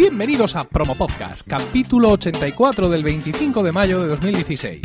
Bienvenidos a Promo Podcast, capítulo 84 del 25 de mayo de 2016.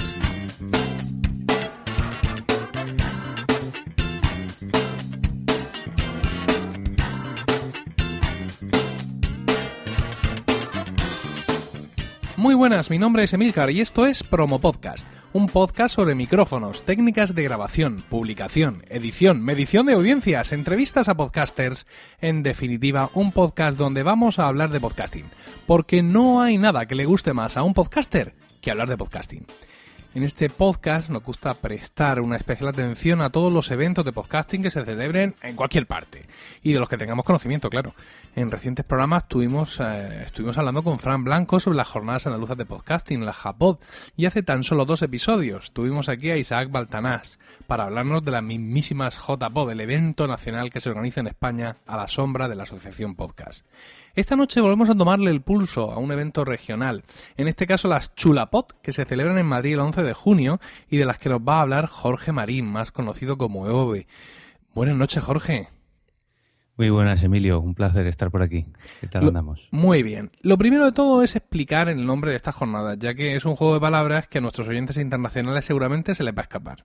Muy buenas, mi nombre es Emilcar y esto es Promo Podcast, un podcast sobre micrófonos, técnicas de grabación, publicación, edición, medición de audiencias, entrevistas a podcasters, en definitiva, un podcast donde vamos a hablar de podcasting, porque no hay nada que le guste más a un podcaster que hablar de podcasting. En este podcast nos gusta prestar una especial atención a todos los eventos de podcasting que se celebren en cualquier parte y de los que tengamos conocimiento, claro. En recientes programas estuvimos hablando con Fran Blanco sobre las jornadas andaluzas de podcasting, la JAPod, y hace tan solo 2 episodios tuvimos aquí a Isaac Baltanás para hablarnos de las mismísimas JPod, el evento nacional que se organiza en España a la sombra de la Asociación Podcast. Esta noche volvemos a tomarle el pulso a un evento regional, en este caso las Chulapod, que se celebran en Madrid el 11 de junio y de las que nos va a hablar Jorge Marín, más conocido como EOB. Buenas noches, Jorge. Muy buenas, Emilio. Un placer estar por aquí. ¿Qué tal andamos? Muy bien. Lo primero de todo es explicar el nombre de estas jornadas, ya que es un juego de palabras que a nuestros oyentes internacionales seguramente se les va a escapar.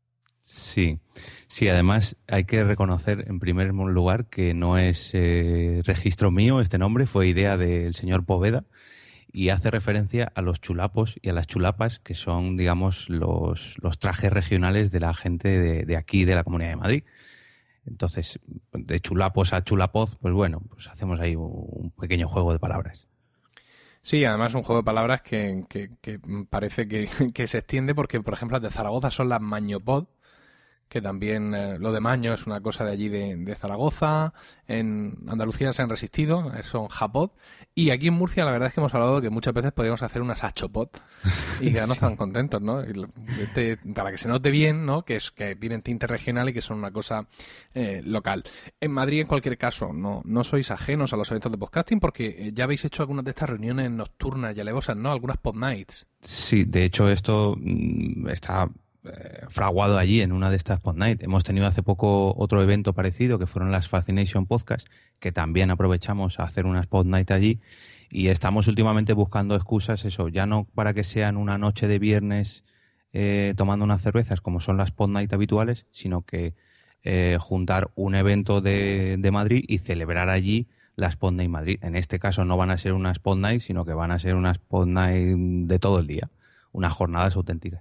Sí, además hay que reconocer en primer lugar que no es registro mío este nombre, fue idea del señor Poveda y hace referencia a los chulapos y a las chulapas, que son, digamos, los trajes regionales de la gente de aquí, de la Comunidad de Madrid. Entonces, de chulapos a chulapod, pues bueno, pues hacemos ahí un pequeño juego de palabras. Sí, además un juego de palabras que parece que se extiende porque, por ejemplo, las de Zaragoza son las mañopod, que también lo de maño es una cosa de allí de Zaragoza. En Andalucía se han resistido, son japod, y aquí en Murcia la verdad es que hemos hablado de que muchas veces podríamos hacer unas achopod y quedarnos tan contentos, ¿no? Para que se note bien, ¿no? Que tienen tinte regional y que son una cosa local. En Madrid, en cualquier caso, no sois ajenos a los eventos de podcasting porque ya habéis hecho algunas de estas reuniones nocturnas y alevosas, ¿no? Algunas pod nights. Sí, de hecho esto está fraguado allí en una de estas Pod Night. Hemos tenido hace poco otro evento parecido que fueron las Fascination Podcast, que también aprovechamos a hacer unas Pod Night allí, y estamos últimamente buscando excusas, eso, ya no para que sean una noche de viernes tomando unas cervezas como son las Pod Night habituales, sino que juntar un evento de Madrid y celebrar allí las Pod Night Madrid. En este caso no van a ser unas Pod Night, sino que van a ser unas Pod Night de todo el día, unas jornadas auténticas.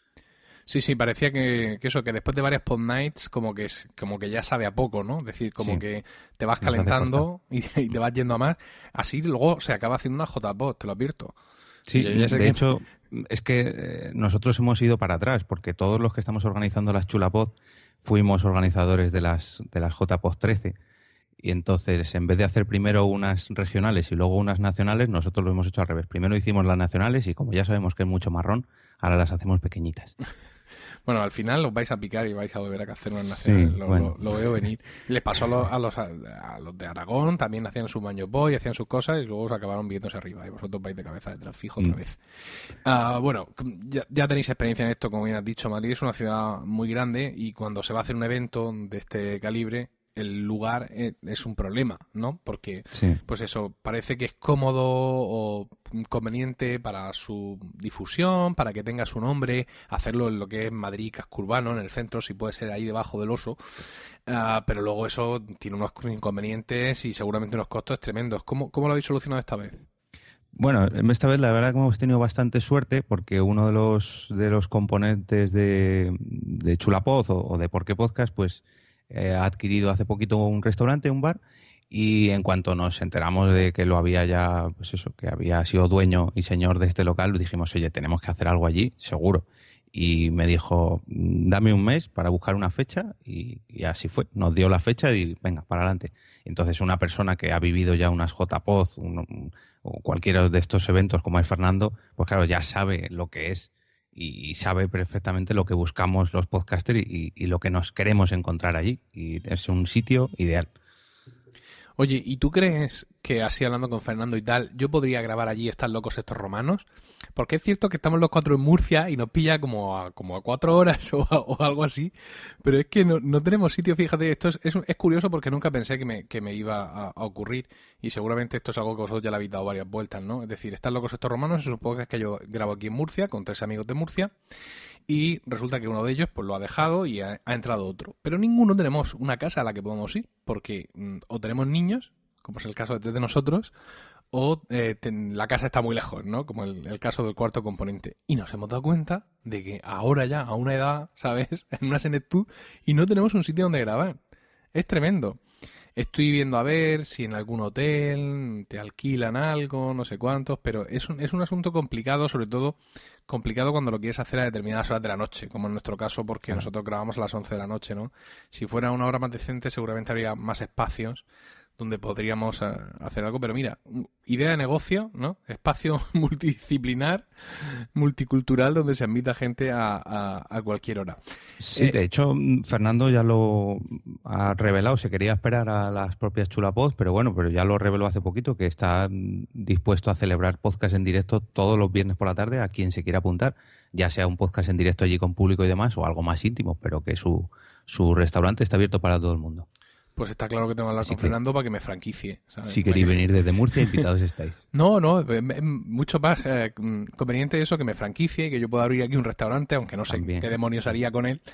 Sí, parecía que después de varias pod nights como que ya sabe a poco, ¿no? Es decir, como que te vas calentando y te vas yendo a más. Así luego se acaba haciendo una JPod, te lo advierto. Sí, de hecho, es que nosotros hemos ido para atrás, porque todos los que estamos organizando las Chulapod fuimos organizadores de las JPod 13. Y entonces, en vez de hacer primero unas regionales y luego unas nacionales, nosotros lo hemos hecho al revés. Primero hicimos las nacionales y como ya sabemos que es mucho marrón, ahora las hacemos pequeñitas. Bueno, al final los vais a picar y vais a volver a hacer unas nacionales. Sí, lo veo venir. Les pasó a los de Aragón, también hacían su mañopó y hacían sus cosas y luego se acabaron viéndose arriba. Y vosotros vais de cabeza detrás, fijo otra vez. Bueno, ya tenéis experiencia en esto, como bien has dicho. Madrid es una ciudad muy grande y cuando se va a hacer un evento de este calibre, el lugar es un problema, ¿no? Porque, pues eso, parece que es cómodo o conveniente para su difusión, para que tenga su nombre, hacerlo en lo que es Madrid, casco urbano, en el centro, si puede ser ahí debajo del Oso, pero luego eso tiene unos inconvenientes y seguramente unos costos tremendos. ¿Cómo lo habéis solucionado esta vez? Bueno, esta vez la verdad que hemos tenido bastante suerte porque uno de los componentes de Chulapod o de Por qué Podcast, pues ha adquirido hace poquito un restaurante, un bar, y en cuanto nos enteramos de que lo había ya, pues eso, que había sido dueño y señor de este local, dijimos, oye, tenemos que hacer algo allí, seguro. Y me dijo, dame un mes para buscar una fecha, y así fue. Nos dio la fecha y venga, para adelante. Entonces una persona que ha vivido ya unas JPod o cualquiera de estos eventos como es Fernando, pues claro, ya sabe lo que es y sabe perfectamente lo que buscamos los podcasters y lo que nos queremos encontrar allí. Y es un sitio ideal. Oye, ¿y tú crees que así hablando con Fernando y tal, yo podría grabar allí Están locos estos romanos, porque es cierto que estamos los cuatro en Murcia y nos pilla como a 4 horas o algo así, pero es que no tenemos sitio, fíjate, esto es curioso porque nunca pensé que me iba a ocurrir y seguramente esto es algo que vosotros ya le habéis dado varias vueltas, ¿no? Es decir, Están locos estos romanos, es un podcast que yo grabo aquí en Murcia con 3 amigos de Murcia y resulta que uno de ellos pues lo ha dejado y ha entrado otro, pero ninguno tenemos una casa a la que podamos ir porque o tenemos niños, como es el caso de nosotros, o la casa está muy lejos, ¿no? Como el caso del cuarto componente. Y nos hemos dado cuenta de que ahora ya, a una edad, ¿sabes? En una senectud, y no tenemos un sitio donde grabar. Es tremendo. Estoy viendo a ver si en algún hotel te alquilan algo, no sé cuántos, pero es un asunto complicado, sobre todo complicado cuando lo quieres hacer a determinadas horas de la noche, como en nuestro caso, porque nosotros grabamos a las 11 de la noche, ¿no? Si fuera una hora más decente, seguramente habría más espacios donde podríamos hacer algo, pero mira, idea de negocio, ¿no? Espacio multidisciplinar, multicultural, donde se invita gente a cualquier hora. Sí, de hecho, Fernando ya lo ha revelado, se quería esperar a las propias Chulapod, pero ya lo reveló hace poquito, que está dispuesto a celebrar podcast en directo todos los viernes por la tarde a quien se quiera apuntar, ya sea un podcast en directo allí con público y demás, o algo más íntimo, pero que su restaurante está abierto para todo el mundo. Pues está claro que tengo que hablar con Fernando para que me franquicie, ¿sabes? Si queréis venir desde Murcia, invitados estáis. No, mucho más conveniente eso, que me franquicie, que yo pueda abrir aquí un restaurante, aunque no sé qué demonios haría con él,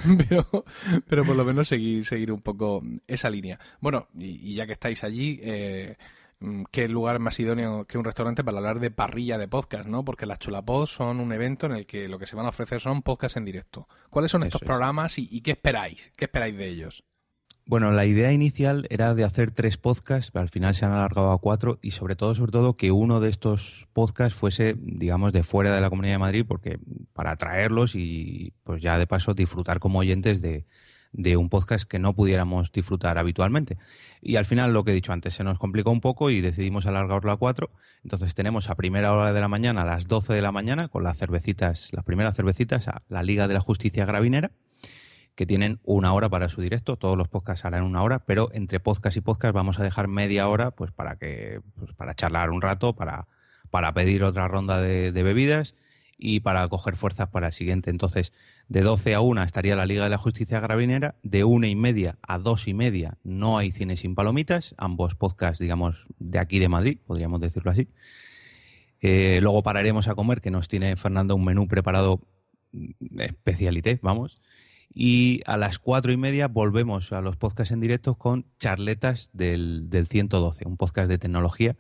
pero por lo menos seguir un poco esa línea. Bueno, y ya que estáis allí, ¿qué lugar más idóneo que un restaurante para hablar de parrilla de podcast, ¿no? Porque las Chulapod son un evento en el que lo que se van a ofrecer son podcasts en directo. ¿Cuáles son estos programas y qué esperáis? ¿Qué esperáis de ellos? Bueno, la idea inicial era de hacer 3 podcasts, pero al final se han alargado a 4 y sobre todo que uno de estos podcasts fuese, digamos, de fuera de la Comunidad de Madrid, porque para atraerlos y pues ya de paso disfrutar como oyentes de un podcast que no pudiéramos disfrutar habitualmente. Y al final, lo que he dicho antes, se nos complicó un poco y decidimos alargarlo a 4. Entonces tenemos a primera hora de la mañana, a las 12 de la mañana, con las primeras cervecitas, a la Liga de la Justicia Gravinera, que tienen 1 hora para su directo. Todos los podcasts harán 1 hora, pero entre podcast y podcast vamos a dejar media hora pues para charlar un rato, para pedir otra ronda de bebidas y para coger fuerzas para el siguiente. Entonces, de 12 a 1 estaría la Liga de la Justicia Gravinera, de 1:30 a 2:30 no hay cine sin palomitas, ambos podcasts, digamos, de aquí de Madrid, podríamos decirlo así. Luego pararemos a comer, que nos tiene Fernando un menú preparado especialité, vamos. Y a las 4:30 volvemos a los podcasts en directo con charletas del 112, un podcast de tecnología,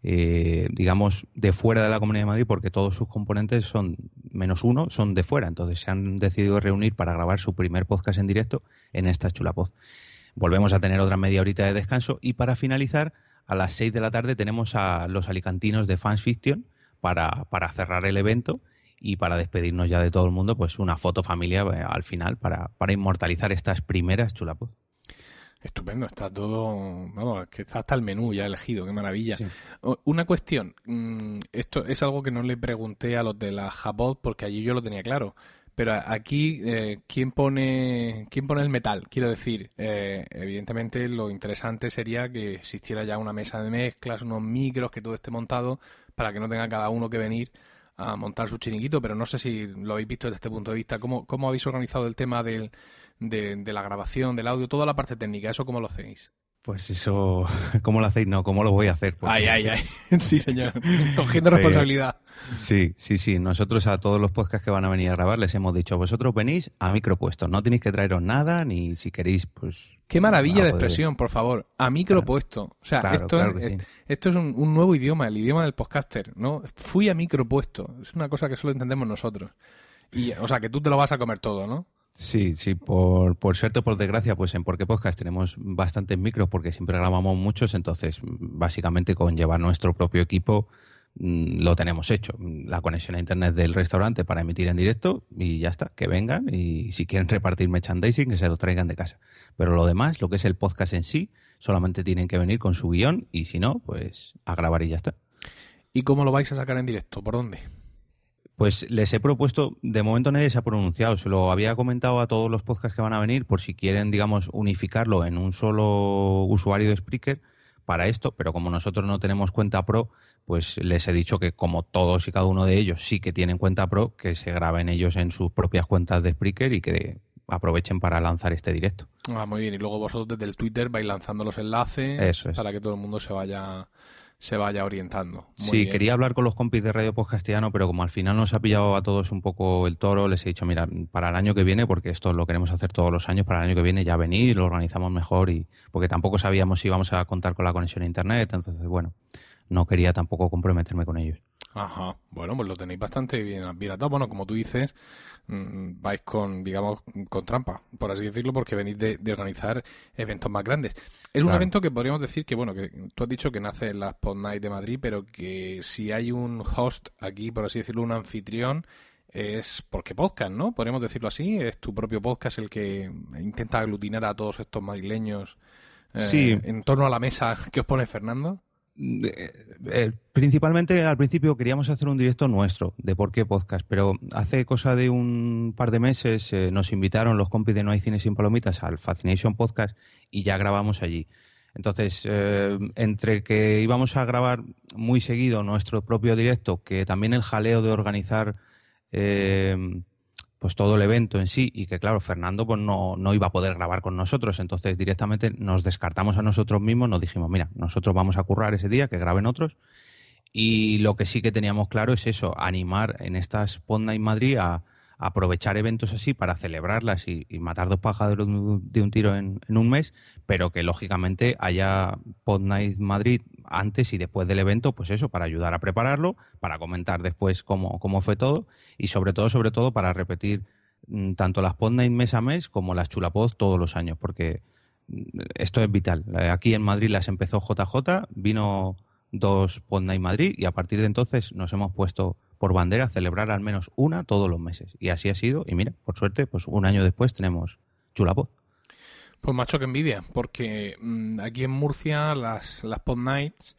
digamos, de fuera de la Comunidad de Madrid, porque todos sus componentes son, menos uno, son de fuera. Entonces se han decidido reunir para grabar su primer podcast en directo en esta Chulapod. Volvemos a tener otra media horita de descanso y para finalizar, a las 6 de la tarde tenemos a los alicantinos de Fans Fiction para cerrar el evento. Y para despedirnos ya de todo el mundo, pues una foto familia al final para inmortalizar estas primeras Chulapod. Estupendo, está todo, vamos, que está hasta el menú ya elegido, qué maravilla. Sí. Una cuestión, esto es algo que no le pregunté a los de la Japod porque allí yo lo tenía claro, pero aquí, ¿quién pone el metal? Quiero decir, evidentemente lo interesante sería que existiera ya una mesa de mezclas, unos micros, que todo esté montado para que no tenga cada uno que venir a montar su chiringuito, pero no sé si lo habéis visto desde este punto de vista. ¿Cómo habéis organizado el tema de la grabación, del audio, toda la parte técnica? ¿Eso cómo lo hacéis? Pues eso, ¿cómo lo hacéis? No, ¿cómo lo voy a hacer? Porque... Ay. Sí, señor. Cogiendo responsabilidad. Sí. Nosotros a todos los podcasts que van a venir a grabar les hemos dicho, vosotros venís a micropuesto, no tenéis que traeros nada, ni si queréis, pues... Qué maravilla de expresión, por favor. A micropuesto. O sea, esto es un nuevo idioma, el idioma del podcaster, ¿no? Fui a micropuesto. Es una cosa que solo entendemos nosotros. Y, o sea, que tú te lo vas a comer todo, ¿no? Sí, por suerte o por desgracia, pues en Por qué Podcast tenemos bastantes micros porque siempre grabamos muchos, entonces básicamente con llevar nuestro propio equipo lo tenemos hecho. La conexión a internet del restaurante para emitir en directo y ya está, que vengan y si quieren repartir merchandising que se lo traigan de casa. Pero lo demás, lo que es el podcast en sí, solamente tienen que venir con su guión y si no, pues a grabar y ya está. ¿Y cómo lo vais a sacar en directo? ¿Por dónde? Pues les he propuesto, de momento nadie se ha pronunciado, se lo había comentado a todos los podcasts que van a venir, por si quieren, digamos, unificarlo en un solo usuario de Spreaker, para esto, pero como nosotros no tenemos cuenta pro, pues les he dicho que como todos y cada uno de ellos sí que tienen cuenta pro, que se graben ellos en sus propias cuentas de Spreaker y que aprovechen para lanzar este directo. Ah, muy bien. Y luego vosotros desde el Twitter vais lanzando los enlaces Eso es. para que todo el mundo se vaya orientando. Muy Sí, bien. quería hablar con los compis de Radio Podcastiano, pero como al final nos ha pillado a todos un poco el toro, les he dicho, mira, para el año que viene, porque esto lo queremos hacer todos los años, para el año que viene ya venir, lo organizamos mejor, y porque tampoco sabíamos si íbamos a contar con la conexión a internet, entonces, bueno, no quería tampoco comprometerme con ellos. Ajá, bueno, pues lo tenéis bastante bien atado. Bueno, como tú dices, vais digamos, con trampa, por así decirlo, porque venís de organizar eventos más grandes. Es un evento que podríamos decir que, bueno, que tú has dicho que nace en las Pod Night de Madrid, pero que si hay un host aquí, por así decirlo, un anfitrión, es porque podcast, ¿no? Podríamos decirlo así, es tu propio podcast el que intenta aglutinar a todos estos madrileños Sí. en torno a la mesa que os pone Fernando. Principalmente al principio queríamos hacer un directo nuestro de Por qué Podcast, pero hace cosa de un par de meses nos invitaron los compis de No hay cine sin palomitas al Fascination Podcast y ya grabamos allí. Entonces, entre que íbamos a grabar muy seguido nuestro propio directo, que también el jaleo de organizar pues todo el evento en sí, y que claro, Fernando pues no iba a poder grabar con nosotros, entonces directamente nos descartamos a nosotros mismos, nos dijimos, mira, nosotros vamos a currar ese día, que graben otros, y lo que sí que teníamos claro es eso, animar en estas Pod Night Madrid a aprovechar eventos así para celebrarlas y matar dos pájaros de un tiro en un mes, pero que lógicamente haya Pod Night Madrid antes y después del evento, pues eso, para ayudar a prepararlo, para comentar después cómo fue todo y sobre todo para repetir tanto las Pod Night mes a mes como las Chulapod todos los años, porque esto es vital. Aquí en Madrid las empezó JJ, vino 2 Pod Night Madrid y a partir de entonces nos hemos puesto por bandera celebrar al menos una todos los meses. Y así ha sido. Y mira, por suerte, pues un año después tenemos Chulapod. Pues macho, que envidia, porque aquí en Murcia las Pod Nights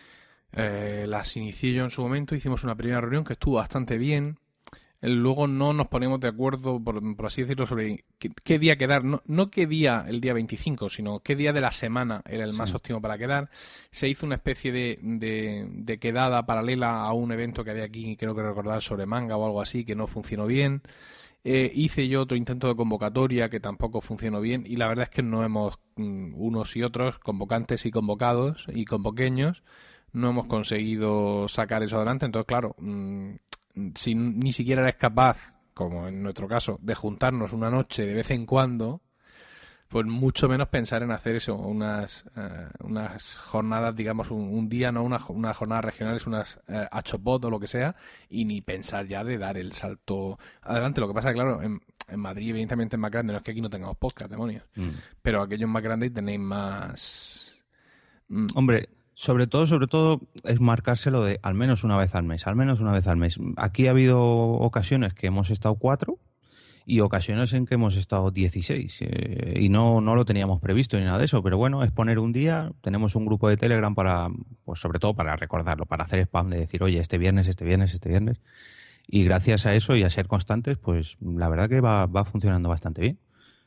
las inicié yo en su momento, hicimos una primera reunión que estuvo bastante bien. Luego no nos ponemos de acuerdo, por así decirlo, sobre qué día quedar. No qué día el día 25, sino qué día de la semana era el más óptimo para quedar. Se hizo una especie de quedada paralela a un evento que había aquí, creo que recordar, sobre manga o algo así, que no funcionó bien. Hice yo otro intento de convocatoria que tampoco funcionó bien. Y la verdad es que no hemos, unos y otros, convocantes y convocados y convoqueños, no hemos conseguido sacar eso adelante. Entonces, claro, si ni siquiera eres capaz, como en nuestro caso, de juntarnos una noche de vez en cuando, pues mucho menos pensar en hacer eso, unas jornadas, digamos, un día, no unas jornadas regionales, unas achopod o lo que sea, y ni pensar ya de dar el salto adelante. Lo que pasa es que, claro, en Madrid, evidentemente es más grande, no es que aquí no tengamos podcast, demonios, pero aquellos más grandes tenéis más... Hombre... Sobre todo es marcárselo de al menos una vez al mes, al menos una vez al mes. Aquí ha habido ocasiones que hemos estado 4 y ocasiones en que hemos estado 16 y no lo teníamos previsto ni nada de eso, pero bueno, es poner un día, tenemos un grupo de Telegram para, pues sobre todo para recordarlo, para hacer spam de decir, oye, este viernes, y gracias a eso y a ser constantes, pues la verdad que va funcionando bastante bien.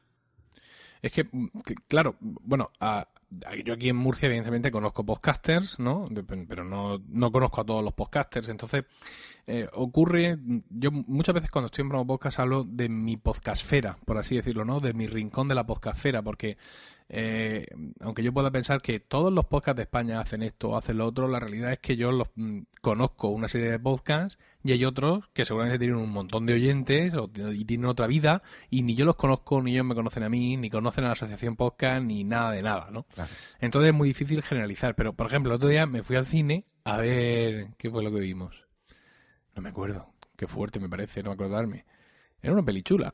Es que claro, bueno, yo aquí en Murcia evidentemente conozco podcasters, ¿no? Pero no conozco a todos los podcasters. Entonces ocurre, yo muchas veces cuando estoy en Promo Podcast hablo de mi podcastfera, por así decirlo, ¿no? De mi rincón de la podcastfera, porque aunque yo pueda pensar que todos los podcasts de España hacen esto o hacen lo otro, la realidad es que yo conozco una serie de podcasts y hay otros que seguramente tienen un montón de oyentes y tienen otra vida y ni yo los conozco, ni ellos me conocen a mí, ni conocen a la asociación podcast, ni nada de nada, ¿no? Claro. Entonces es muy difícil generalizar. Pero, por ejemplo, el otro día me fui al cine a ver qué fue lo que vimos. No me acuerdo. Qué fuerte me parece no acordarme. Era una peli chula.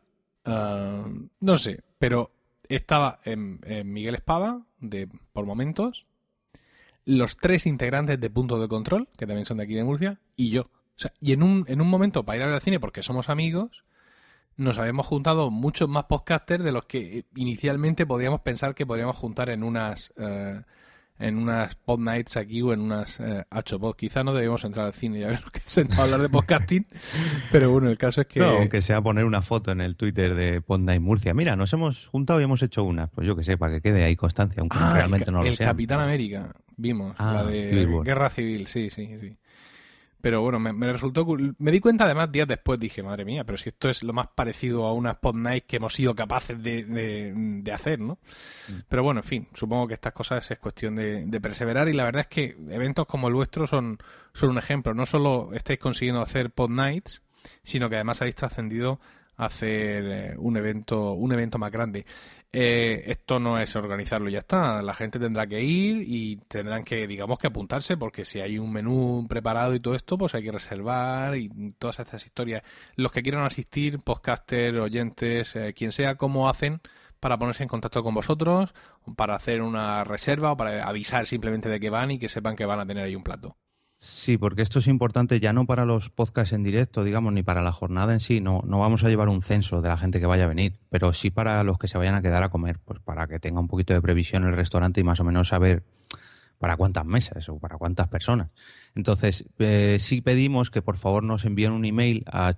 No sé, pero estaba Miguel Espada, por momentos, los 3 integrantes de Punto de Control, que también son de aquí de Murcia, y yo. O sea, y en un momento, para ir a ver al cine, porque somos amigos, nos habíamos juntado muchos más podcasters de los que inicialmente podíamos pensar que podríamos juntar en en unas pod nights aquí o en unas HPod. Quizá no debemos entrar al cine, ya ves que he sentado a hablar de podcasting, pero bueno, el caso es que... No, aunque sea poner una foto en el Twitter de Pod Night Murcia. Mira, nos hemos juntado y hemos hecho una. Pues yo que sé, para que quede ahí constancia, aunque realmente no lo sea. El Capitán América, vimos, la de Guerra Civil, sí. Pero bueno, me resultó... Me di cuenta además días después, dije, madre mía, pero si esto es lo más parecido a unas pod nights que hemos sido capaces de hacer, ¿no? Pero bueno, en fin, supongo que estas cosas es cuestión de perseverar, y la verdad es que eventos como el vuestro son un ejemplo. No solo estáis consiguiendo hacer pod nights, sino que además habéis trascendido a hacer un evento más grande. Esto no es organizarlo y ya está. La gente tendrá que ir y tendrán que, digamos, que apuntarse, porque si hay un menú preparado y todo esto, pues hay que reservar y todas estas historias. Los que quieran asistir, podcasters, oyentes, quien sea, ¿cómo hacen para ponerse en contacto con vosotros, para hacer una reserva o para avisar simplemente de que van y que sepan que van a tener ahí un plato? Sí, porque esto es importante ya no para los podcasts en directo, digamos, ni para la jornada en sí. No vamos a llevar un censo de la gente que vaya a venir, pero sí para los que se vayan a quedar a comer, pues para que tenga un poquito de previsión el restaurante y más o menos saber para cuántas mesas o para cuántas personas. Entonces, sí pedimos que por favor nos envíen un email a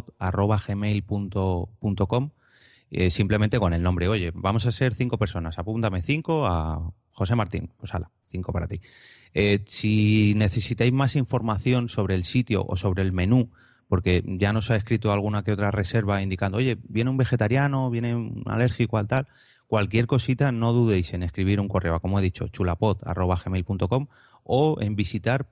chulapod@gmail.com, simplemente con el nombre. Oye, vamos a ser 5 personas, apúntame 5 a José Martín. Pues hala, 5 para ti. Si necesitáis más información sobre el sitio o sobre el menú, porque ya nos ha escrito alguna que otra reserva indicando, oye, viene un vegetariano, viene un alérgico al tal, cualquier cosita, no dudéis en escribir un correo, como he dicho, chulapod@gmail.com, o en visitar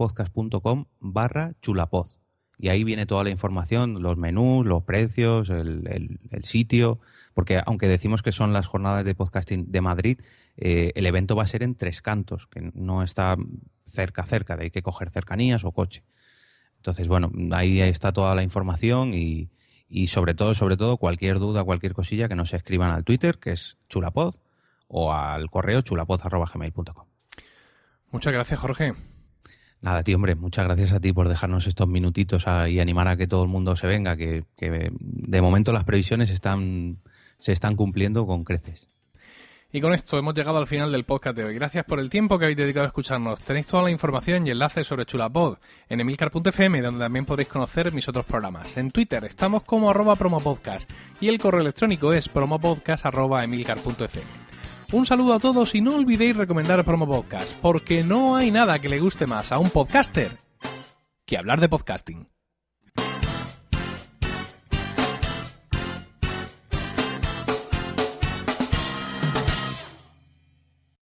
porquepodcast.com/chulapod. Y ahí viene toda la información, los menús, los precios, el sitio, porque aunque decimos que son las jornadas de podcasting de Madrid, el evento va a ser en Tres Cantos, que no está cerca, de hay que coger cercanías o coche. Entonces, bueno, ahí está toda la información y sobre todo, cualquier duda, cualquier cosilla, que nos escriban al Twitter, que es chulapod, o al correo chulapod@gmail.com. Muchas gracias, Jorge. Nada, tío, hombre, muchas gracias a ti por dejarnos estos minutitos y animar a que todo el mundo se venga, que de momento las previsiones se están cumpliendo con creces. Y con esto hemos llegado al final del podcast de hoy. Gracias por el tiempo que habéis dedicado a escucharnos. Tenéis toda la información y enlaces sobre Chulapod en emilcar.fm, donde también podréis conocer mis otros programas. En Twitter estamos como @promopodcast y el correo electrónico es promopodcast@emilcar.fm. Un saludo a todos y no olvidéis recomendar Promopodcast, porque no hay nada que le guste más a un podcaster que hablar de podcasting.